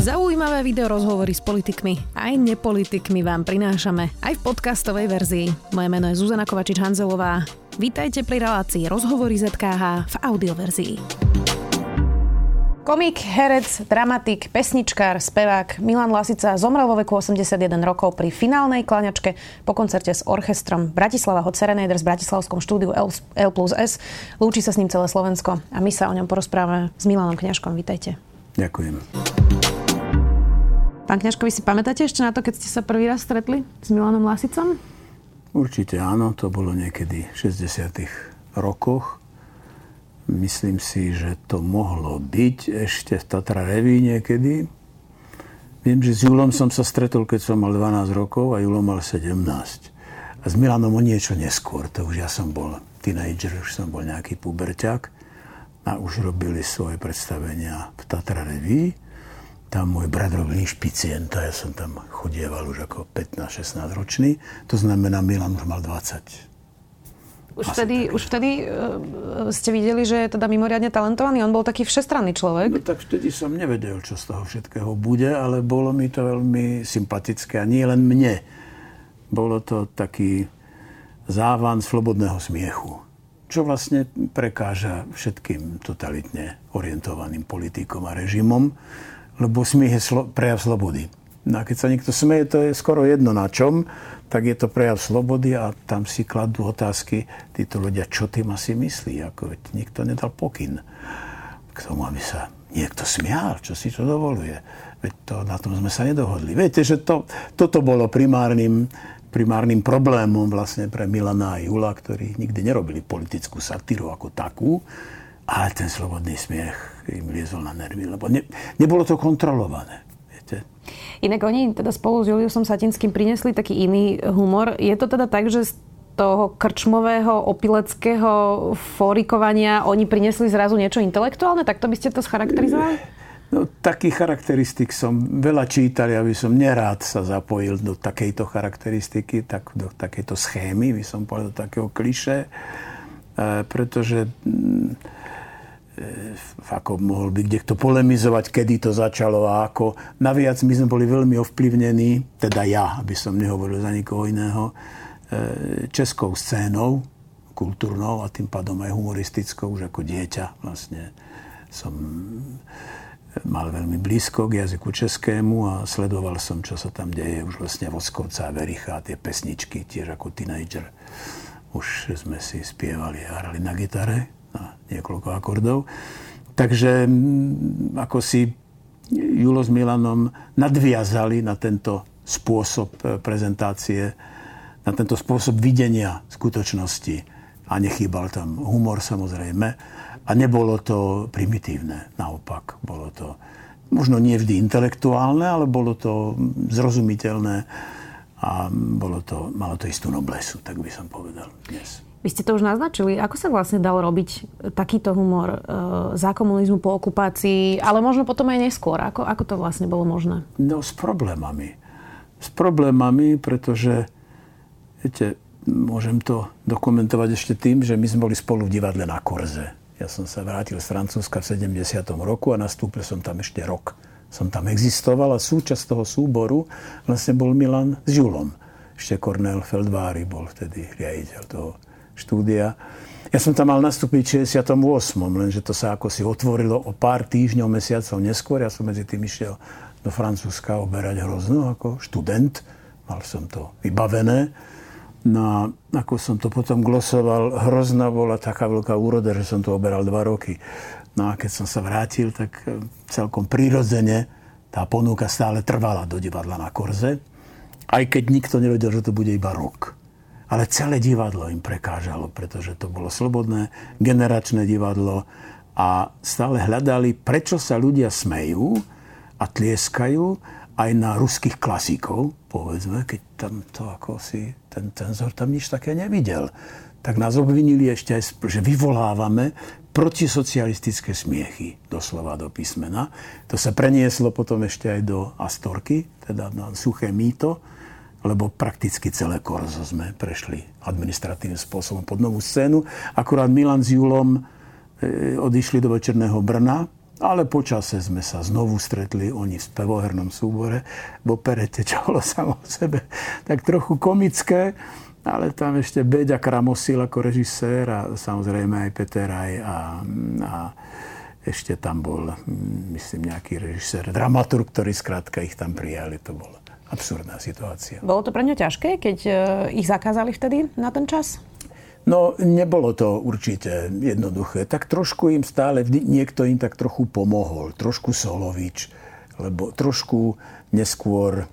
Zaujímavé videorozhovory s politikmi aj nepolitikmi vám prinášame aj v podcastovej verzii. Moje meno je Zuzana Kovačič-Hanzelová. Vítajte pri relácii Rozhovory ZKH v audioverzii. Komik, herec, dramatik, pesničkár, spevák Milan Lasica zomrel vo veku 81 rokov pri finálnej kláňačke po koncerte s orchestrom Bratislava Hot Serenade v bratislavskom štúdiu L+S. Lúči sa s ním celé Slovensko a my sa o ňom porozprávame s Milanom Kňažkom. Vítajte. Ďakujem. Pán Kňažko, vy si pamätáte ešte na to, keď ste sa prvý raz stretli s Milanom Lasicom? Určite áno, to bolo niekedy v 60. rokoch. Myslím si, že to mohlo byť ešte v Tatra Revue niekedy. Viem, že s Julom som sa stretol, keď som mal 12 rokov a Julo mal 17. A s Milanom o niečo neskôr. To už ja som bol teenager, už som bol nejaký puberťák. A už robili svoje predstavenia v Tatra Revue. Tam môj brat robil inšpicienta, ja som tam chodieval už ako 15-16 ročný. To znamená, Milan už mal 20. Už vtedy ste videli, že je teda mimoriadne talentovaný? On bol taký všestranný človek. No tak vtedy som nevedel, čo z toho všetkého bude, ale bolo mi to veľmi sympatické. A nie len mne. Bolo to taký závan slobodného smiechu. Čo vlastne prekáža všetkým totalitne orientovaným politikom a režimom, lebo smiech je prejav slobody. No a keď sa niekto smeje, to je skoro jedno na čom, tak je to prejav slobody a tam si kladú otázky títo ľudia, čo tým asi myslí, ako veď nikto nedal pokyn k tomu, aby sa niekto smial, čo si to dovoluje. Veď to, na tom sme sa nedohodli. Viete, že toto bolo primárnym problémom vlastne pre Milana a Jula, ktorí nikdy nerobili politickú satíru ako takú, ale ten slobodný smiech im liezol na nervy, lebo nebolo to kontrolované. Viete? Inak oni teda spolu s Juliusom Satinským priniesli taký iný humor. Je to teda tak, že z toho krčmového, opileckého fórikovania oni priniesli zrazu niečo intelektuálne? Takto by ste to scharakterizovali? No, takých charakteristik som veľa čítal, aby som nerád sa zapojil do takejto charakteristiky, do takejto schémy, by som povedal, do takého klišé, pretože ako mohol by kto polemizovať, kedy to začalo a ako. Naviac my sme boli veľmi ovplyvnení, teda ja, aby som nehovoril za nikoho iného, českou scénou, kultúrnou a tým pádom aj humoristickou, už ako dieťa vlastne som mal veľmi blízko k jazyku českému a sledoval som, čo sa tam deje už vlastne Voskovca a Vericha, tie pesničky tiež ako teenager. Už sme si spievali a hrali na gitare na niekoľko akordov. Takže ako si Julo s Milanom nadviazali na tento spôsob prezentácie, na tento spôsob videnia skutočnosti. A nechýbal tam humor samozrejme. A nebolo to primitívne. Naopak, bolo to možno nie vždy intelektuálne, ale bolo to zrozumiteľné a malo to istú noblesu, tak by som povedal dnes. Vy ste to už naznačili. Ako sa vlastne dal robiť takýto humor za komunizmu po okupácii, ale možno potom aj neskôr? Ako to vlastne bolo možné? No s problémami. S problémami, pretože viete, môžem to dokumentovať ešte tým, že my sme boli spolu v divadle na Korze. Ja som sa vrátil z Francúzska v 70. roku a nastúpil som tam ešte rok. Som tam existoval a súčasť toho súboru vlastne bol Milan s Julom. Ešte Kornél Feldvári bol vtedy riaditeľ toho štúdia. Ja som tam mal nastúpiť v 68. lenže to sa ako si otvorilo o pár týždňov, mesiacov neskôr. Ja som medzi tým išiel do Francúzska oberať Hrozno ako študent. Mal som to vybavené. No ako som to potom glosoval, Hrozna bola taká veľká úroda, že som to oberal 2 roky. No a keď som sa vrátil, tak celkom prirodzene tá ponuka stále trvala do divadla na Korze. Aj keď nikto nevedel, že to bude iba rok. Ale celé divadlo im prekážalo, pretože to bolo slobodné, generačné divadlo a stále hľadali, prečo sa ľudia smejú a tlieskajú aj na ruských klasikov, povedzme, keď tam to ako si ten cenzor tam nič také nevidel. Tak nás obvinili ešte aj, že vyvolávame protisocialistické smiechy, doslova do písmena. To sa prenieslo potom ešte aj do Astorky, teda na Suché mýto, lebo prakticky celé Korzo sme prešli administratívnym spôsobom pod novú scénu. Akurát Milan s Julom odišli do Večerného Brna Ale počase sme sa znovu stretli, oni v spevohernom súbore, v operete, čo bolo samo o sebe tak trochu komické, ale tam ešte Béďa Kramosil ako režisér a samozrejme aj Peter Raj a ešte tam bol, myslím, nejaký režisér, dramaturg, ktorý skrátka ich tam prijali. To bola absurdná situácia. Bolo to pre ňa ťažké, keď ich zakázali vtedy na ten čas? No, nebolo to určite jednoduché. Tak trošku im stále, niekto im tak trochu pomohol. Trošku Solovič, lebo trošku neskôr,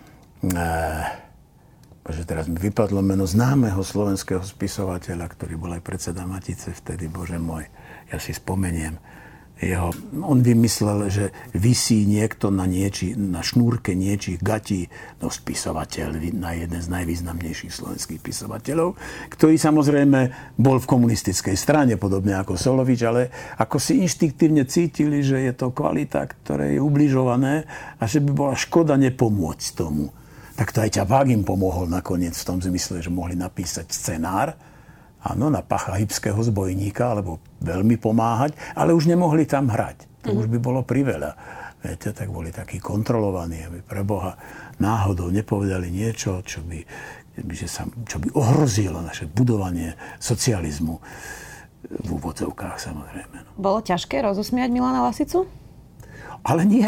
bože, teraz mi vypadlo meno známeho slovenského spisovateľa, ktorý bol aj predseda Matice vtedy, bože môj, ja si spomeniem. On vymyslel, že visí niekto na šnúrke niečích gatí, no spisovateľ, na jeden z najvýznamnejších slovenských spisovateľov, ktorý samozrejme bol v komunistickej strane, podobne ako Solovič, ale ako si inštinktívne cítili, že je to kvalita, ktoré je ubližované a že by bola škoda nepomôcť tomu. Tak to aj Ťapák im pomohol nakoniec v tom zmysle, že mohli napísať scenár, áno, na Pacha Hybského zbojníka, alebo veľmi pomáhať, ale už nemohli tam hrať. To už by bolo priveľa. Viete, tak boli takí kontrolovaní, aby pre Boha náhodou nepovedali niečo, čo by ohrozilo naše budovanie socializmu v úvodzovkách, samozrejme. No. Bolo ťažké rozosmiať Milana Lasicu? Ale nie.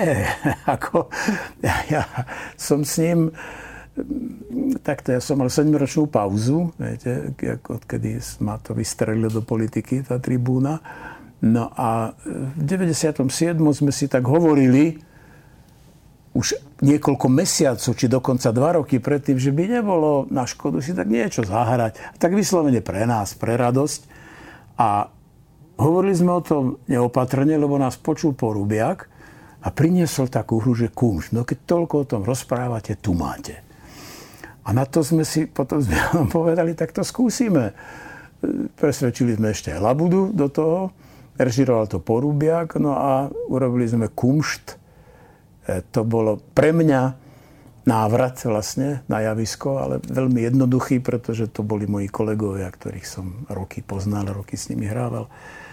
Ja som s ním... Takto, ja som mal 7-ročnú pauzu, viete, odkedy ma to vystrelilo do politiky, tá tribúna. No a v 97. sme si tak hovorili, už niekoľko mesiacov, či dokonca 2 roky predtým, že by nebolo na škodu si tak niečo zahrať. Tak vyslovene pre nás, pre radosť. A hovorili sme o tom neopatrne, lebo nás počul Porubiak a priniesol takú hru, že kumš. No keď toľko o tom rozprávate, tu máte. A na to sme si potom povedali, tak to skúsime. Presvedčili sme ešte aj Labudu do toho, režiroval to Porubiak, no a urobili sme kumšt. To bolo pre mňa návrat vlastne na javisko, ale veľmi jednoduchý, pretože to boli moji kolegovia, ktorých som roky poznal, roky s nimi hrával.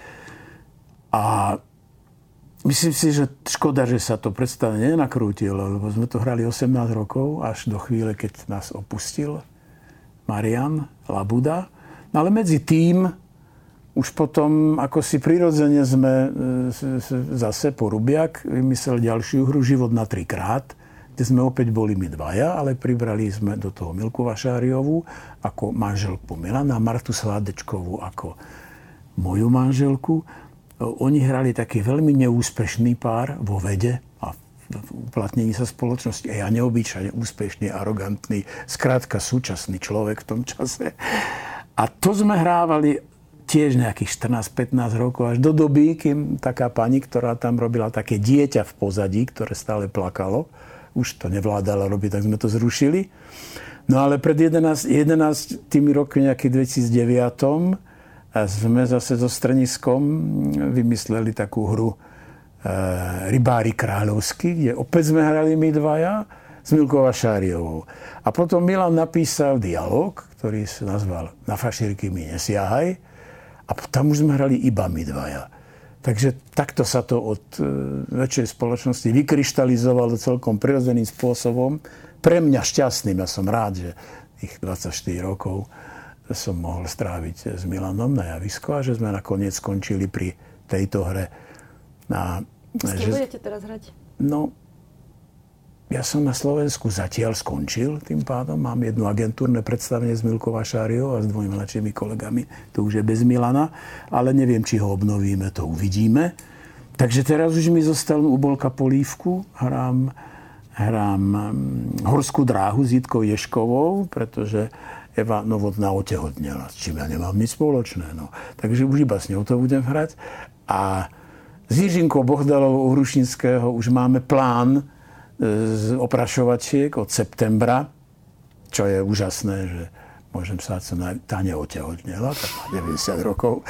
A myslím si, že škoda, že sa to predstavenie nenakrútilo, lebo sme to hrali 18 rokov, až do chvíle, keď nás opustil Marian Labuda. No ale medzi tým, už potom, ako si prirodzene sme zase Porubiak vymyslel ďalšiu hru Život na 3-krát, kde sme opäť boli my dvaja, ale pribrali sme do toho Milku Vašáriovú ako manželku Milana, Martu Sládečkovú ako moju manželku. Oni hrali taký veľmi neúspešný pár vo vede a v uplatnení sa spoločnosti. A ja neobyčajne úspešný, arogantný, skrátka súčasný človek v tom čase. A to sme hrávali tiež nejakých 14-15 rokov, až do doby, kým taká pani, ktorá tam robila také dieťa v pozadí, ktoré stále plakalo, už to nevládala robiť, tak sme to zrušili. No ale pred 11 rokmi, nejaký 2009, a sme zase so Streniskom vymysleli takú hru Rybári kráľovskí, kde opäť sme hrali my dvaja s Milkou Vašáriovou. A potom Milan napísal dialog, ktorý sa nazval Na fašírky mi nesiahaj. A tam už sme hrali iba my dvaja. Takže takto sa to od väčšej spoločnosti vykryštalizovalo celkom prirodzeným spôsobom. Pre mňa šťastným, ja som rád, že tých 24 rokov som mohol stráviť s Milanom na javisko a že sme nakoniec skončili pri tejto hre. S kým budete teraz hrať? No, ja som na Slovensku zatiaľ skončil, tým pádom mám jedno agentúrne predstavenie s Milkou Vašáriovou a s 2 mladšími kolegami. To už je bez Milana, ale neviem, či ho obnovíme, to uvidíme. Takže teraz už mi zostal Ubolka Polívku, hrám Horskú dráhu s Jitkou Ješkovou, pretože Eva Novotná otehotnela, s čím ja nemám nič spoločné. No. Takže už iba s ňou to budem hrať. A s Jiřinkou Bohdalovou Hrušinského už máme plán z oprašovačiek od septembra, čo je úžasné, že môžem sa tá neotehotnela, tak má 90 rokov.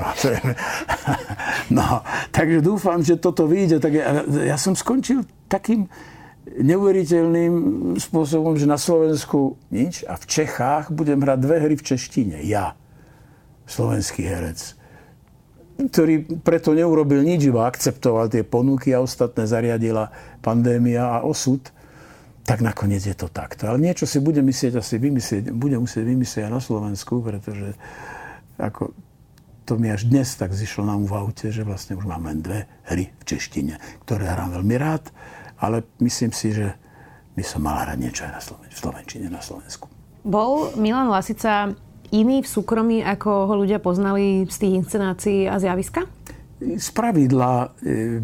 No, takže dúfam, že toto vyjde. Tak ja som skončil takým neuveriteľným spôsobom, že na Slovensku nič a v Čechách budem hrať 2 hry v češtine. Ja, slovenský herec. ktorý preto neurobil nič, iba akceptoval tie ponuky a ostatné zariadila pandémia a osud, tak nakoniec je to takto. Ale niečo si bude musieť musieť vymyslieť aj na Slovensku, pretože ako to mi až dnes tak zišlo na v aute, že vlastne už mám len 2 hry v češtine, ktoré hrám veľmi rád, ale myslím si, že by som mala rád niečo aj v slovenčine na Slovensku. Bol Milan Lasica iný v súkromí, ako ho ľudia poznali z tých inscenácií a zjaviska? Spravidla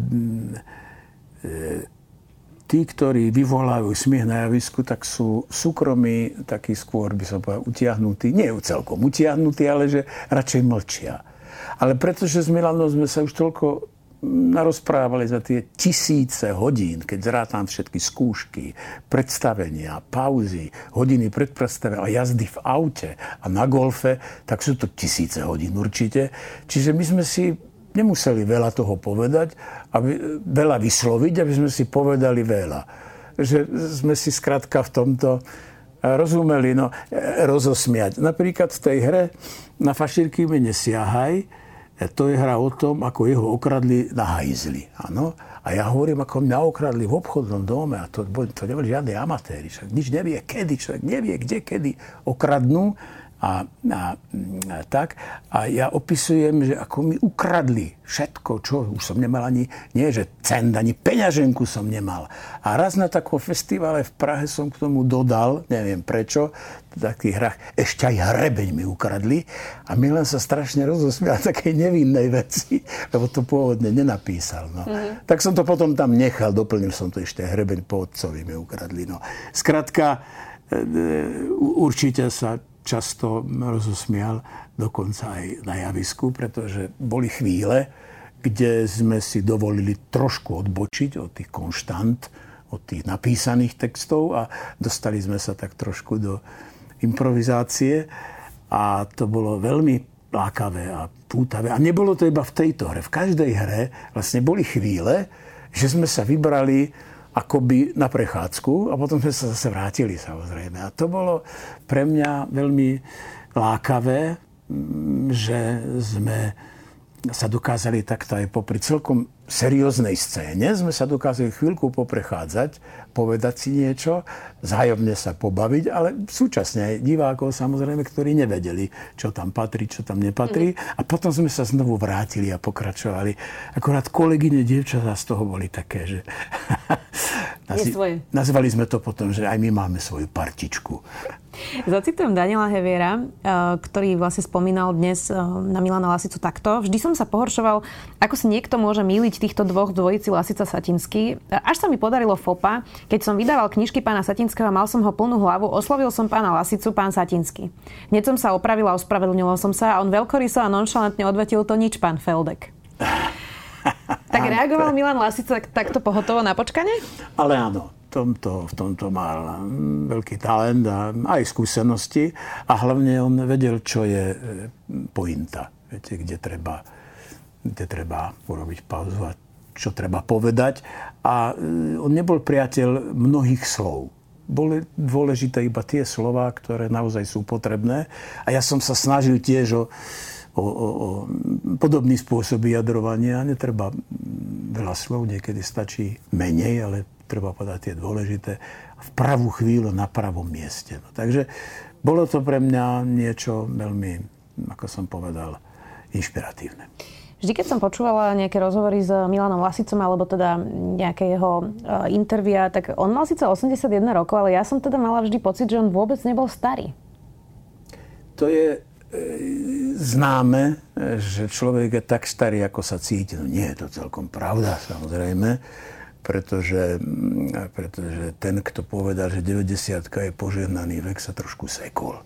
tí, ktorí vyvolajú smiech na javisku, tak sú súkromí takí skôr, by som povedal, utiahnutí. Nie celkom utiahnutí, ale že radšej mlčia. Ale pretože s Milanom sme sa už toľko narozprávali za tie tisíce hodín, keď zrátam všetky skúšky, predstavenia, pauzy, hodiny pred predstavenia a jazdy v aute a na golfe, tak sú to tisíce hodín určite. Čiže my sme si nemuseli veľa toho povedať, veľa vysloviť, aby sme si povedali veľa. Že sme si skrátka v tomto rozumeli, rozosmiať. Napríklad v tej hre Na fašírky mi nesiahaj, to je hra o tom, ako jeho okradli na hajzli. Áno? A ja hovorím, ako mňa okradli v obchodnom dome a to neboli žiadne amatéri. Nič nevie, kedy, človek nevie, kde, kedy okradnú. A tak. A ja opisujem, že ako mi ukradli všetko, čo už som nemal ani, nie že cent, ani peňaženku som nemal. A raz na takom festivale v Prahe som k tomu dodal, neviem prečo, v takých hrách, ešte aj hrebeň mi ukradli a Milan sa strašne rozosmial takej nevinnej veci, lebo to pôvodne nenapísal. No. Tak som to potom tam nechal, doplnil som to ešte hrebeň po otcovi mi ukradli. No. Skrátka, určite sa často rozosmial, dokonca aj na javisku, pretože boli chvíle, kde sme si dovolili trošku odbočiť od tých konštant, od tých napísaných textov a dostali sme sa tak trošku do improvizácie a to bolo veľmi lákavé a pútavé. A nebolo to iba v tejto hre. V každej hre vlastne boli chvíle, že sme sa vybrali akoby na prechádzku a potom sme sa zase vrátili, samozrejme. A to bolo pre mňa veľmi lákavé, že sme sa dokázali takto aj popri celkom serióznej scéne, sme sa dokázali chvíľku poprechádzať, povedať si niečo, vzájomne sa pobaviť, ale súčasne aj divákov, samozrejme, ktorí nevedeli, čo tam patrí, čo tam nepatrí. A potom sme sa znovu vrátili a pokračovali. Akorát kolegyne, dievčatá z toho boli také, že nazvali sme to potom, že aj my máme svoju partičku. Zacitujem Daniela Heviera, ktorý vlastne spomínal dnes na Milana Lasicu takto. Vždy som sa pohoršoval, ako si niekto môže mýliť týchto dvoch dvojici Lasica-Satinský. Až sa mi podarilo fopa, keď som vydával knižky pána Satinského a mal som ho plnú hlavu, oslovil som pána Lasicu, pán Satinský. Hneď som sa opravil a ospravedlnil som sa a on veľkoryso a nonšalantne odvetil, to nič, pán Feldek. Tak reagoval Milan Lasica takto pohotovo na počkanie? Ale áno. V tomto mal veľký talent a aj skúsenosti a hlavne on vedel, čo je pointa. Viete, kde treba urobiť pauzu a čo treba povedať. A on nebol priateľ mnohých slov. Boli dôležité iba tie slová, ktoré naozaj sú potrebné. A ja som sa snažil tiež o podobný spôsob vyjadrovania. Netreba veľa slov, niekedy stačí menej, ale treba povedať tie dôležité, v pravú chvíľu na pravom mieste. No, takže bolo to pre mňa niečo veľmi, ako som povedal, inšpiratívne. Vždy, keď som počúvala nejaké rozhovory s Milanom Lasicom, alebo teda nejaké jeho intervia, tak on mal síce 81 rokov, ale ja som teda mala vždy pocit, že on vôbec nebol starý. To je známe, že človek je tak starý, ako sa cíti. No nie je to celkom pravda, samozrejme. Pretože ten, kto povedal, že 90-ka je požehnaný vek, sa trošku sekol.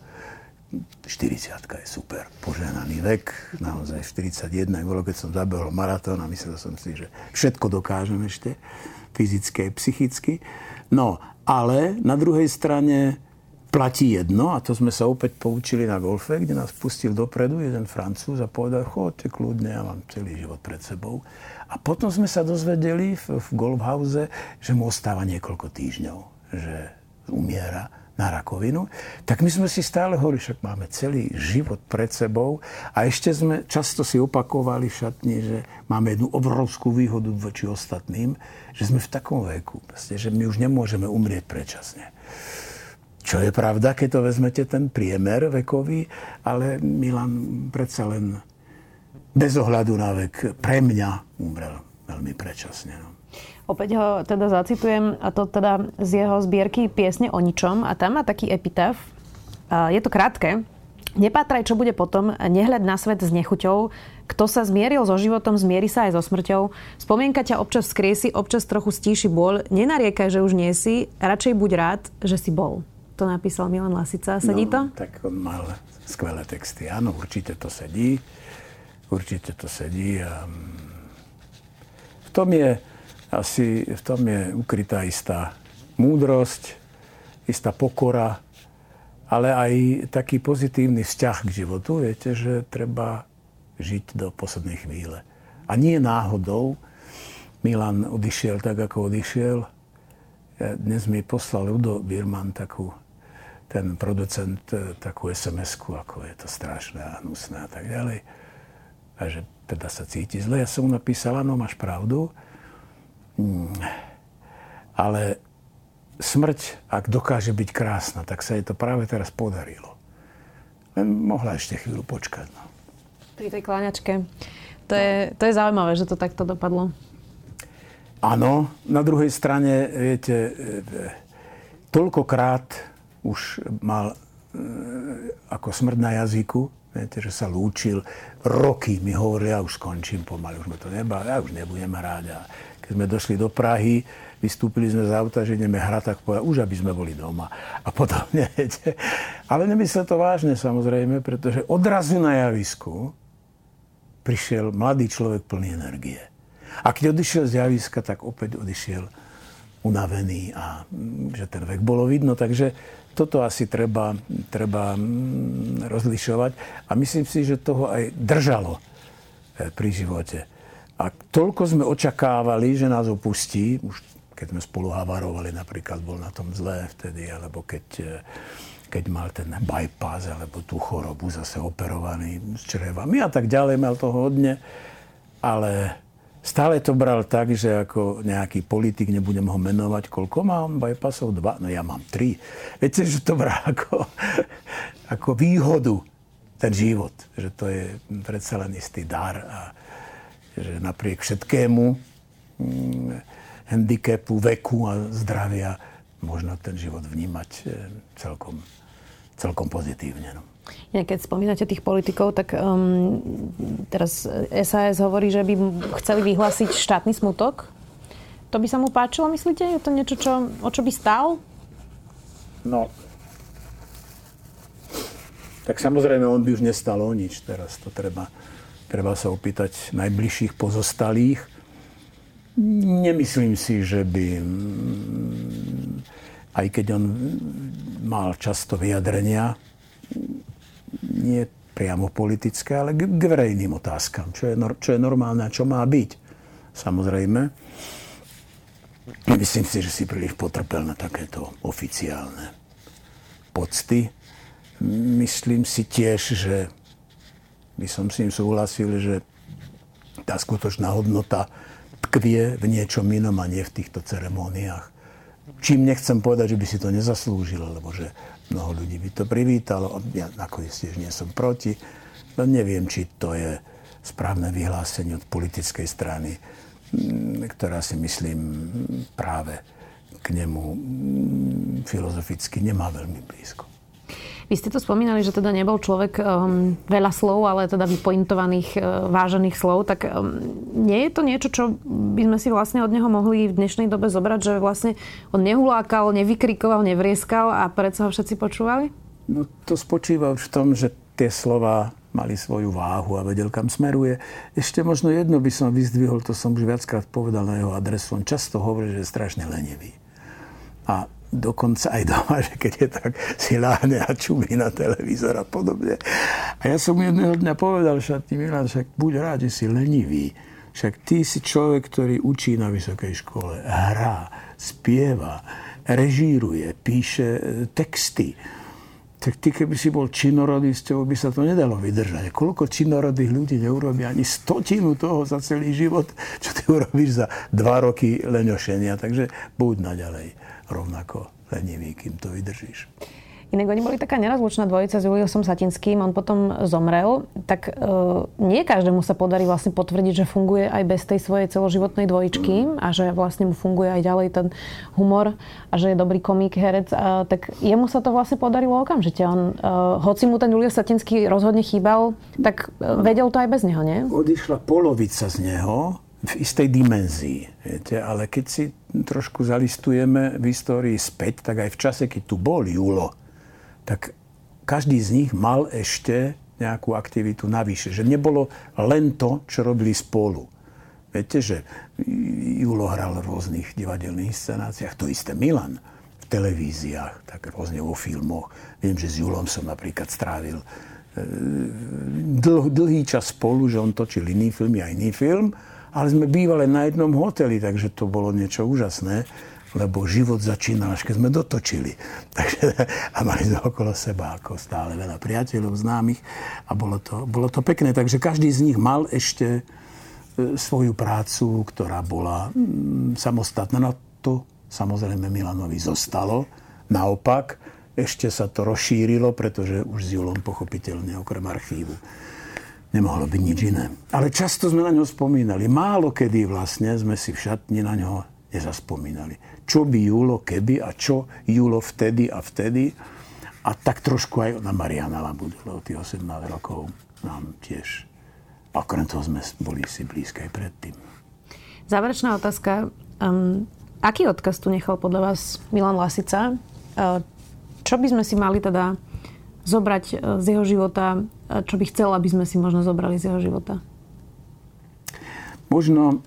40-ka je super, požehnaný vek. Naozaj 41 bolo, keď som zabehol maratón a myslel som si, že všetko dokážem ešte, fyzicky aj psychicky. No, ale na druhej strane platí jedno, a to sme sa opäť poučili na golfe, kde nás pustil dopredu jeden Francúz a povedal, choďte kľudne, ja mám celý život pred sebou. A potom sme sa dozvedeli v golfhause, že mu ostáva niekoľko týždňov, že umiera na rakovinu, tak my sme si stále hovorili, však máme celý život pred sebou a ešte sme často si opakovali v šatni, že máme jednu obrovskú výhodu voči ostatným, že sme v takom veku, že my už nemôžeme umrieť predčasne. Čo je pravda, keď to vezmete ten priemer vekový, ale Milan predsa len bez ohľadu na vek pre mňa umrel veľmi predčasne. No. Opäť ho teda zacitujem, a to teda z jeho zbierky Piesne o ničom. A tam má taký epitaf. Je to krátke. Nepátraj, čo bude potom, nehľad na svet s nechuťou. Kto sa zmieril so životom, zmieri sa aj so smrťou. Spomienka ťa občas skriesi, občas trochu stíši bôľ. Nenariekaj, že už nie si, radšej buď rád, že si bol. To napísal Milan Lasica. Sedí to? Tak on mal skvelé texty. Áno, určite to sedí. Určite to sedí. A v tom je ukrytá istá múdrosť, istá pokora, ale aj taký pozitívny vzťah k životu. Viete, že treba žiť do poslednej chvíle. A nie náhodou Milan odišiel tak, ako odišiel. Dnes mi poslal Udo Birman ten producent, takú SMS-ku, ako je to strašné a hnusné a tak ďalej. A že teda sa cíti zle. Ja som mu napísal, áno, máš pravdu. Ale smrť, ak dokáže byť krásna, tak sa jej to práve teraz podarilo. Len mohla ešte chvíľu počkať. No. Pri tej kláňačke. To je zaujímavé, že to takto dopadlo. Áno, na druhej strane, viete, toľkokrát už mal ako smrť na jazyku, viete, že sa lúčil. Roky mi hovorili, ja už skončím pomaly, už ma to nebá, ja už nebudem hrať. A keď sme došli do Prahy, vystúpili sme z auta, že ideme hrať, tak povedal, už aby sme boli doma. A podobne, viete. Ale nemyslel to vážne, samozrejme, pretože odrazu na javisku prišiel mladý človek plný energie. A keď odišiel z javiska, tak opäť odišiel unavený a že ten vek bolo vidno. Takže toto asi treba rozlišovať. A myslím si, že toho aj držalo pri živote. A toľko sme očakávali, že nás opustí, už keď sme spolu havarovali, napríklad bol na tom zlé vtedy, alebo keď mal ten bypass, alebo tú chorobu zase operovaný s črevami a tak ďalej, mal toho hodne. Ale stále to bral tak, že ako nejaký politik, nebudem ho menovať, koľko mám bypassov? 2? No ja mám 3. Viete, že to bral ako výhodu ten život. Že to je predsa len istý dar a že napriek všetkému handicapu, veku a zdravia možno ten život vnímať celkom pozitívne. No. Keď spomínate tých politikov, tak teraz SAS hovorí, že by chceli vyhlásiť štátny smutok. To by sa mu páčilo, myslíte? Je to niečo, o čo by stál? No, tak samozrejme, on by už nestal o nič. Teraz to treba sa opýtať najbližších pozostalých. Nemyslím si, že by, aj keď on mal často vyjadrenia, nie priamo politické, ale k verejným otázkam, čo je normálne a čo má byť. Samozrejme. Myslím si, že si príliš potrpel na takéto oficiálne pocty. Myslím si tiež, že by som s ním súhlasil, že tá skutočná hodnota tkvie v niečom inom a nie v týchto ceremóniách. Čím nechcem povedať, že by si to nezaslúžil, lebo že mnoho ľudí by to privítalo. Ja nakoniec tiež nie som proti. No neviem, či to je správne vyhlásenie od politickej strany, ktorá si myslím práve k nemu filozoficky nemá veľmi blízko. Vy ste tu spomínali, že teda nebol človek veľa slov, ale teda vypointovaných, vážených slov. Tak nie je to niečo, čo by sme si vlastne od neho mohli v dnešnej dobe zobrať, že vlastne on nehulákal, nevykrikoval, nevrieskal a predsa ho všetci počúvali? No to spočíva už v tom, že tie slova mali svoju váhu a vedel, kam smeruje. Ešte možno jedno by som vyzdvihol, to som už viackrát povedal na jeho adresu. On často hovorí, že je strašne lenivý. A dokonca aj doma, že keď je tak si láhne a čumí na televízor a podobne. A ja som jedného dňa povedal, Milan, však buď rád, že si lenivý. Však ty si človek, ktorý učí na vysokej škole, hrá, spieva, režíruje, píše texty. Tak ty, keby si bol činorodý, s tebou by sa to nedalo vydržať. Koľko činorodých ľudí neurobí ani 100 toho za celý život, čo ty urobíš za 2 roky leňošenia. Takže buď naďalej rovnako lenivý, kým to vydržíš. Inak oni boli taká nerazlučná dvojica s Juliusom Satinským, on potom zomrel, tak nie každému sa podarí vlastne potvrdiť, že funguje aj bez tej svojej celoživotnej dvojičky a že vlastne mu funguje aj ďalej ten humor a že je dobrý komik, herec. Tak jemu sa to vlastne podarilo okamžite. Hoci mu ten Julius Satinský rozhodne chýbal, tak vedel to aj bez neho, nie? Odišla polovica z neho v istej dimenzii, viete, ale keď si trošku zalistujeme v histórii späť, tak aj v čase, keď tu bol Julo, tak každý z nich mal ešte nejakú aktivitu navyše. Že nebolo len to, čo robili spolu. Viete, že Julo hral v rôznych divadelných inscenáciách, to isté Milan v televíziách, tak rôzne vo filmoch. Viem, že s Julom som napríklad strávil dlhý čas spolu, že on točil iný film, ja iný film, ale sme bývali na jednom hoteli, takže to bolo niečo úžasné, lebo život začínal, až keď sme dotočili. Takže, a mali sme okolo seba ako stále veľa priateľov, známych a bolo to pekné. Takže každý z nich mal ešte svoju prácu, ktorá bola samostatná. No to samozrejme Milanovi zostalo. Naopak, ešte sa to rozšírilo, pretože už s Julom pochopiteľne okrem archívu nemohlo byť nič iné. Ale často sme na ňo spomínali. Málo kedy vlastne sme si v šatni na ňo nezaspomínali. Čo by Julo keby a čo Julo vtedy a vtedy. A tak trošku aj na Mariana Labudu, lebo tých 18 rokov nám tiež. Okrem toho sme boli si blízke aj predtým. Záverečná otázka. Aký odkaz tu nechal podľa vás Milan Lasica? Čo by sme si mali teda zobrať z jeho života? Čo by chcel, aby sme si možno zobrali z jeho života? Možno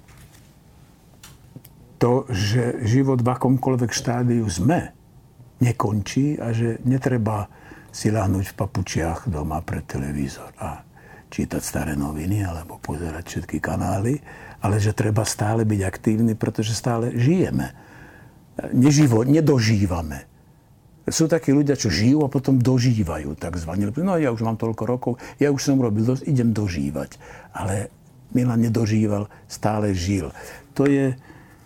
to, že život v akomkoľvek štádiu sme, nekončí a že netreba si ľahnúť v papučiach doma pred televízor a čítať staré noviny alebo pozerať všetky kanály, ale že treba stále byť aktívny, pretože stále žijeme. Nedožívame. Sú takí ľudia, čo žijú a potom dožívajú takzvané. No ja už mám toľko rokov, ja už som robil dosť, idem dožívať. Ale Milan nedožíval, stále žil. To je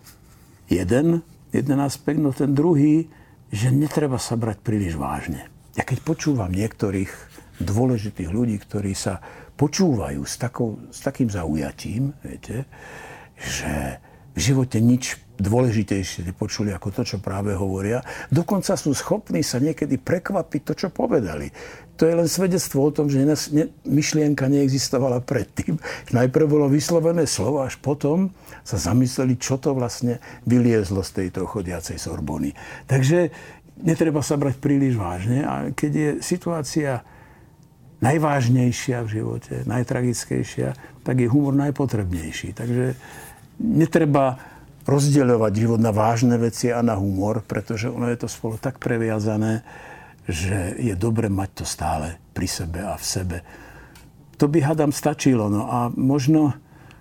jeden aspekt, no ten druhý, že netreba sa brať príliš vážne. Ja keď počúvam niektorých dôležitých ľudí, ktorí sa počúvajú s takým zaujatím, viete, že v živote nič dôležitejšie nepočuli ako to, čo práve hovoria. Dokonca sú schopní sa niekedy prekvapiť to, čo povedali. To je len svedectvo o tom, že myšlienka neexistovala predtým. Najprv bolo vyslovené slovo, až potom sa zamysleli, čo to vlastne vyliezlo z tejto chodiacej Sorbony. Takže netreba sa brať príliš vážne. A keď je situácia najvážnejšia v živote, najtragickejšia, tak je humor najpotrebnejší. Takže netreba rozdeľovať život na vážne veci a na humor, pretože ono je to spolu tak previazané, že je dobre mať to stále pri sebe a v sebe. To by, hádam, stačilo. No a možno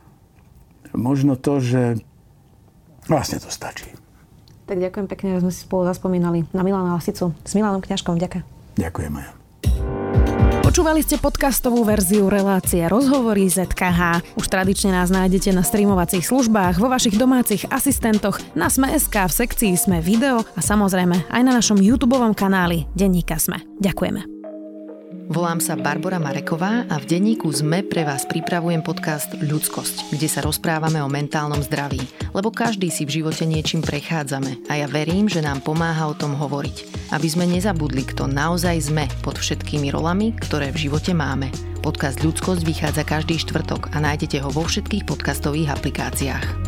to, že vlastne to stačí. Tak ďakujem pekne, že sme si spolu zaspomínali na Milana Lasicu. S Milanom Kňažkom. Ďakujem. Ďakujem aj. Počúvali ste podcastovú verziu relácie Rozhovory ZKH. Už tradične nás nájdete na streamovacích službách, vo vašich domácich asistentoch, na Sme.sk, v sekcii Sme video a samozrejme aj na našom YouTubeovom kanáli Denníka Sme. Ďakujeme. Volám sa Barbora Mareková a v denníku Sme pre vás pripravujem podcast Ľudskosť, kde sa rozprávame o mentálnom zdraví, lebo každý si v živote niečím prechádzame a ja verím, že nám pomáha o tom hovoriť, aby sme nezabudli, kto naozaj sme pod všetkými rolami, ktoré v živote máme. Podcast Ľudskosť vychádza každý štvrtok a nájdete ho vo všetkých podcastových aplikáciách.